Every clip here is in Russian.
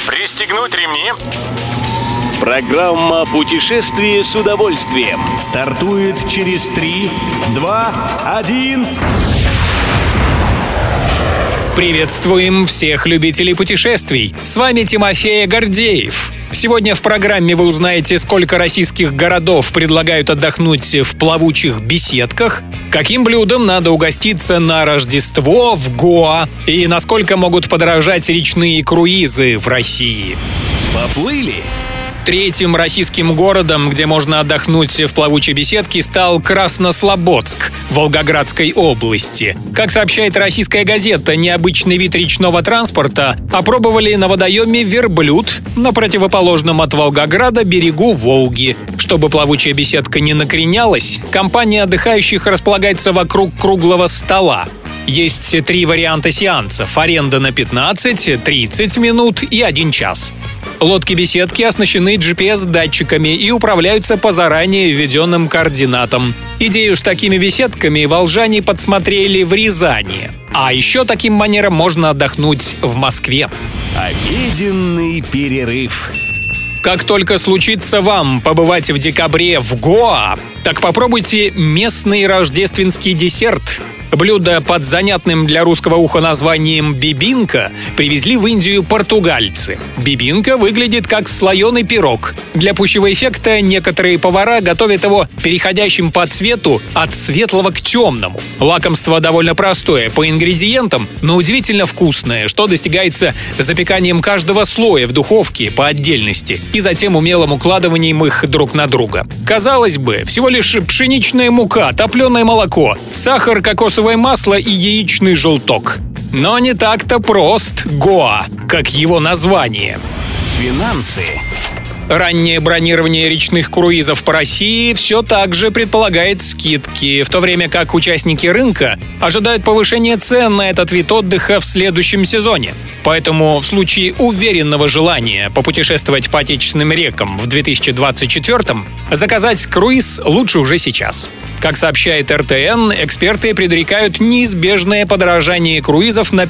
Пристегнуть ремни. Программа «Путешествие с удовольствием» стартует через 3, 2, 1... Приветствуем всех любителей путешествий! С вами Тимофей Гордеев. Сегодня в программе вы узнаете, сколько российских городов предлагают отдохнуть в плавучих беседках, каким блюдом надо угоститься на Рождество в Гоа и насколько могут подорожать речные круизы в России. Поплыли! Третьим российским городом, где можно отдохнуть в плавучей беседке, стал Краснослободск Волгоградской области. Как сообщает российская газета, необычный вид речного транспорта опробовали на водоеме Верблюд на противоположном от Волгограда берегу Волги. Чтобы плавучая беседка не накренялась, компания отдыхающих располагается вокруг круглого стола. Есть 3 варианта сеансов: аренда на 15, 30 минут и 1 час. Лодки-беседки оснащены GPS-датчиками и управляются по заранее введенным координатам. Идею с такими беседками волжане подсмотрели в Рязани. А еще таким манером можно отдохнуть в Москве. Обеденный перерыв. Как только случится вам побывать в декабре в Гоа, так попробуйте местный рождественский десерт. Блюдо под занятным для русского уха названием «бибинка» привезли в Индию португальцы. Бибинка выглядит как слоеный пирог. Для пущего эффекта некоторые повара готовят его переходящим по цвету от светлого к темному. Лакомство довольно простое по ингредиентам, но удивительно вкусное, что достигается запеканием каждого слоя в духовке по отдельности и затем умелым укладыванием их друг на друга. Казалось бы, всего лишь пшеничная мука, топленое молоко, сахар, кокосовое масло и яичный желток. Но не так-то прост Гоа, как его название. Финансы. Раннее бронирование речных круизов по России все так же предполагает скидки, в то время как участники рынка ожидают повышения цен на этот вид отдыха в следующем сезоне. Поэтому в случае уверенного желания попутешествовать по отечественным рекам в 2024-м, заказать круиз лучше уже сейчас. Как сообщает РТН, эксперты предрекают неизбежное подорожание круизов на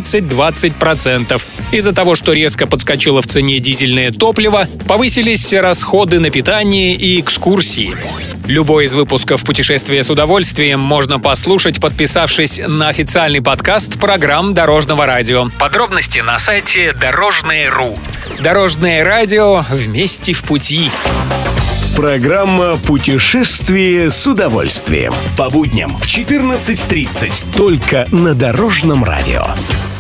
15-20%. Из-за того, что резко подскочило в цене дизельное топливо, повысились расходы на питание и экскурсии. Любой из выпусков «Путешествия с удовольствием» можно послушать, подписавшись на официальный подкаст программ Дорожного радио. Подробности на сайте Дорожное.ру. Дорожное радио, вместе в пути. Программа «Путешествие с удовольствием». По будням в 14:30. Только на Дорожном радио.